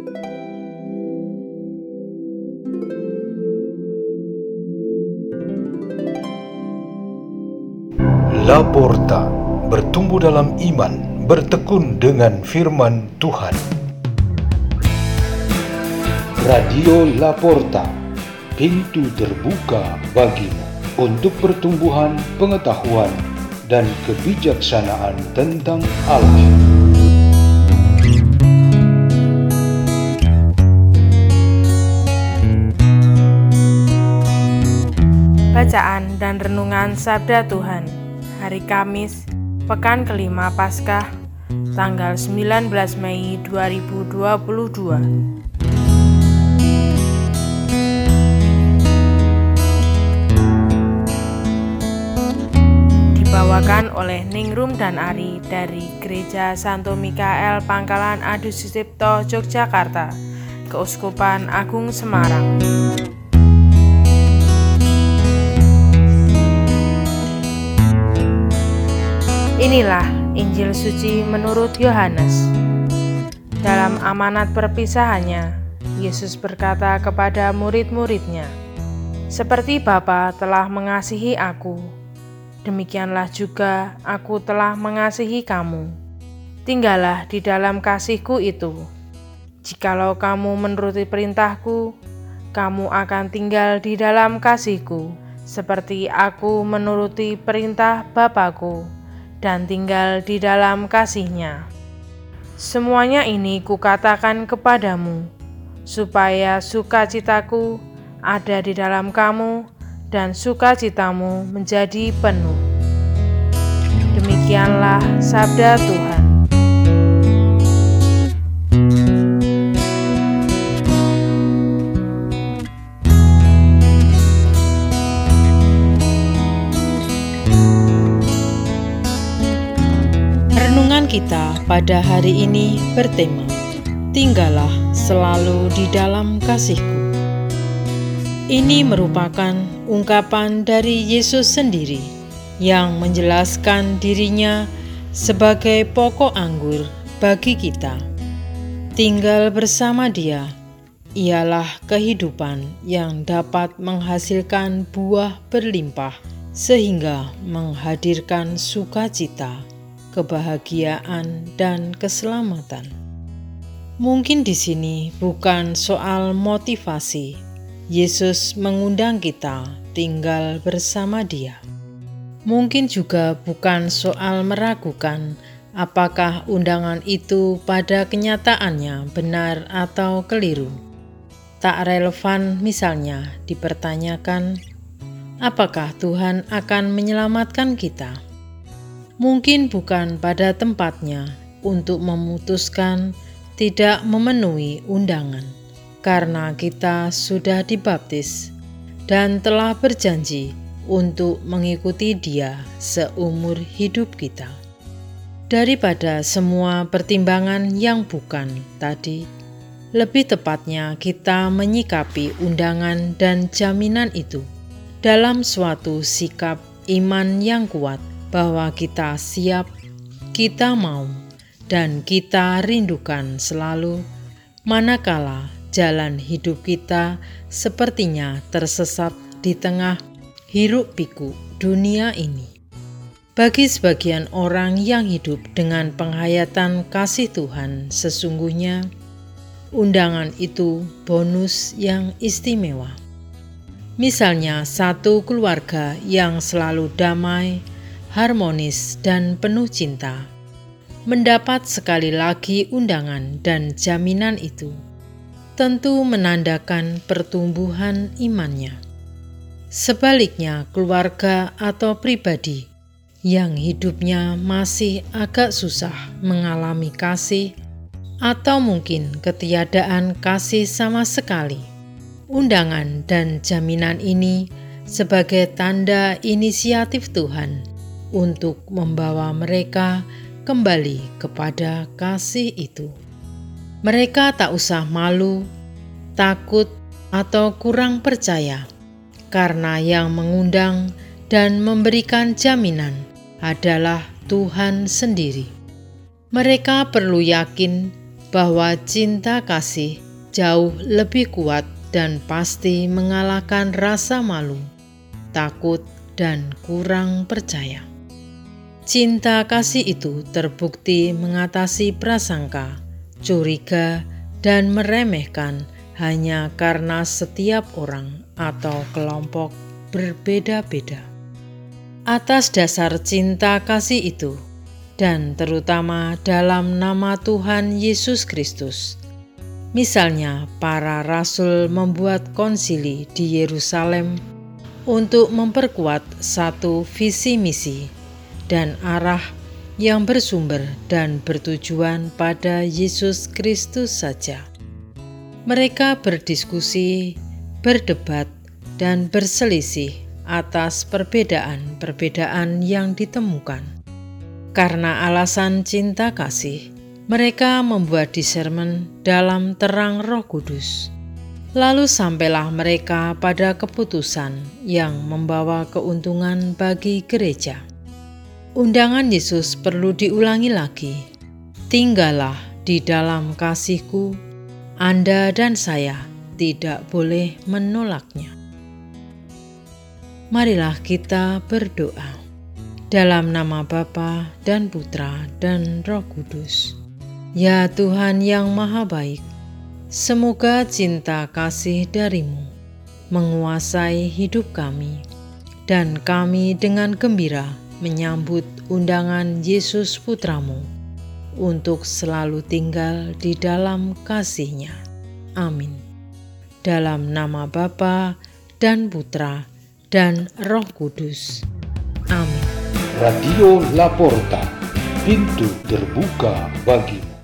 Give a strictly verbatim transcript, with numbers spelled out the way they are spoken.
Laporta, bertumbuh dalam iman, bertekun dengan firman Tuhan. Radio Laporta, pintu terbuka bagimu untuk pertumbuhan pengetahuan dan kebijaksanaan tentang Allah. Bacaan dan renungan Sabda Tuhan hari Kamis, pekan kelima Paskah, tanggal sembilan belas Mei dua ribu dua puluh dua. Dibawakan oleh Ningrum dan Ari dari Gereja Santo Mikael Pangkalan Adi Sucipto, Yogyakarta, Keuskupan Agung Semarang. Inilah Injil suci menurut Yohanes. Dalam amanat perpisahannya, Yesus berkata kepada murid-muridnya, "Seperti Bapa telah mengasihi aku, demikianlah juga aku telah mengasihi kamu. Tinggallah di dalam kasih-Ku itu. Jikalau kamu menuruti perintah-Ku, kamu akan tinggal di dalam kasih-Ku, seperti aku menuruti perintah Bapa-Ku dan tinggal di dalam kasih-Nya. Semuanya ini kukatakan kepadamu, supaya sukacitaku ada di dalam kamu dan sukacitamu menjadi penuh." Demikianlah sabda Tuhan. Renungan kita pada hari ini bertema, "Tinggallah selalu di dalam kasih-Ku." Ini merupakan ungkapan dari Yesus sendiri yang menjelaskan dirinya sebagai pokok anggur bagi kita. Tinggal bersama Dia ialah kehidupan yang dapat menghasilkan buah berlimpah sehingga menghadirkan sukacita, kebahagiaan, dan keselamatan. Mungkin di sini bukan soal motivasi. Yesus mengundang kita tinggal bersama Dia. Mungkin juga bukan soal meragukan apakah undangan itu pada kenyataannya benar atau keliru. Tak relevan misalnya dipertanyakan, apakah Tuhan akan menyelamatkan kita? Mungkin bukan pada tempatnya untuk memutuskan tidak memenuhi undangan, karena kita sudah dibaptis dan telah berjanji untuk mengikuti Dia seumur hidup kita. Daripada semua pertimbangan yang bukan tadi, lebih tepatnya kita menyikapi undangan dan jaminan itu dalam suatu sikap iman yang kuat, bahwa kita siap, kita mau, dan kita rindukan selalu, manakala jalan hidup kita sepertinya tersesat di tengah hiruk-pikuk dunia ini. Bagi sebagian orang yang hidup dengan penghayatan kasih Tuhan, sesungguhnya undangan itu bonus yang istimewa. Misalnya satu keluarga yang selalu damai, harmonis, dan penuh cinta, mendapat sekali lagi undangan dan jaminan itu, tentu menandakan pertumbuhan imannya. Sebaliknya, keluarga atau pribadi yang hidupnya masih agak susah mengalami kasih, atau mungkin ketiadaan kasih sama sekali, undangan dan jaminan ini sebagai tanda inisiatif Tuhan untuk membawa mereka kembali kepada kasih itu. Mereka tak usah malu, takut, atau kurang percaya, karena yang mengundang dan memberikan jaminan adalah Tuhan sendiri. Mereka perlu yakin bahwa cinta kasih jauh lebih kuat dan pasti mengalahkan rasa malu, takut, dan kurang percaya. Cinta kasih itu terbukti mengatasi prasangka, curiga, dan meremehkan hanya karena setiap orang atau kelompok berbeda-beda. Atas dasar cinta kasih itu, dan terutama dalam nama Tuhan Yesus Kristus, misalnya para rasul membuat konsili di Yerusalem untuk memperkuat satu visi misi dan arah yang bersumber dan bertujuan pada Yesus Kristus saja. Mereka berdiskusi, berdebat, dan berselisih atas perbedaan-perbedaan yang ditemukan. Karena alasan cinta kasih, mereka membuat discernment dalam terang Roh Kudus. Lalu sampailah mereka pada keputusan yang membawa keuntungan bagi gereja. Undangan Yesus perlu diulangi lagi. Tinggallah di dalam kasih-Ku, Anda dan saya tidak boleh menolaknya. Marilah kita berdoa. Dalam nama Bapa dan Putra dan Roh Kudus. Ya Tuhan yang Maha Baik, semoga cinta kasih dari-Mu menguasai hidup kami, dan kami dengan gembira menyambut undangan Yesus Putra-Mu untuk selalu tinggal di dalam kasih-Nya. Amin. Dalam nama Bapa dan Putra dan Roh Kudus. Amin. Radio La Porta, pintu terbuka bagimu.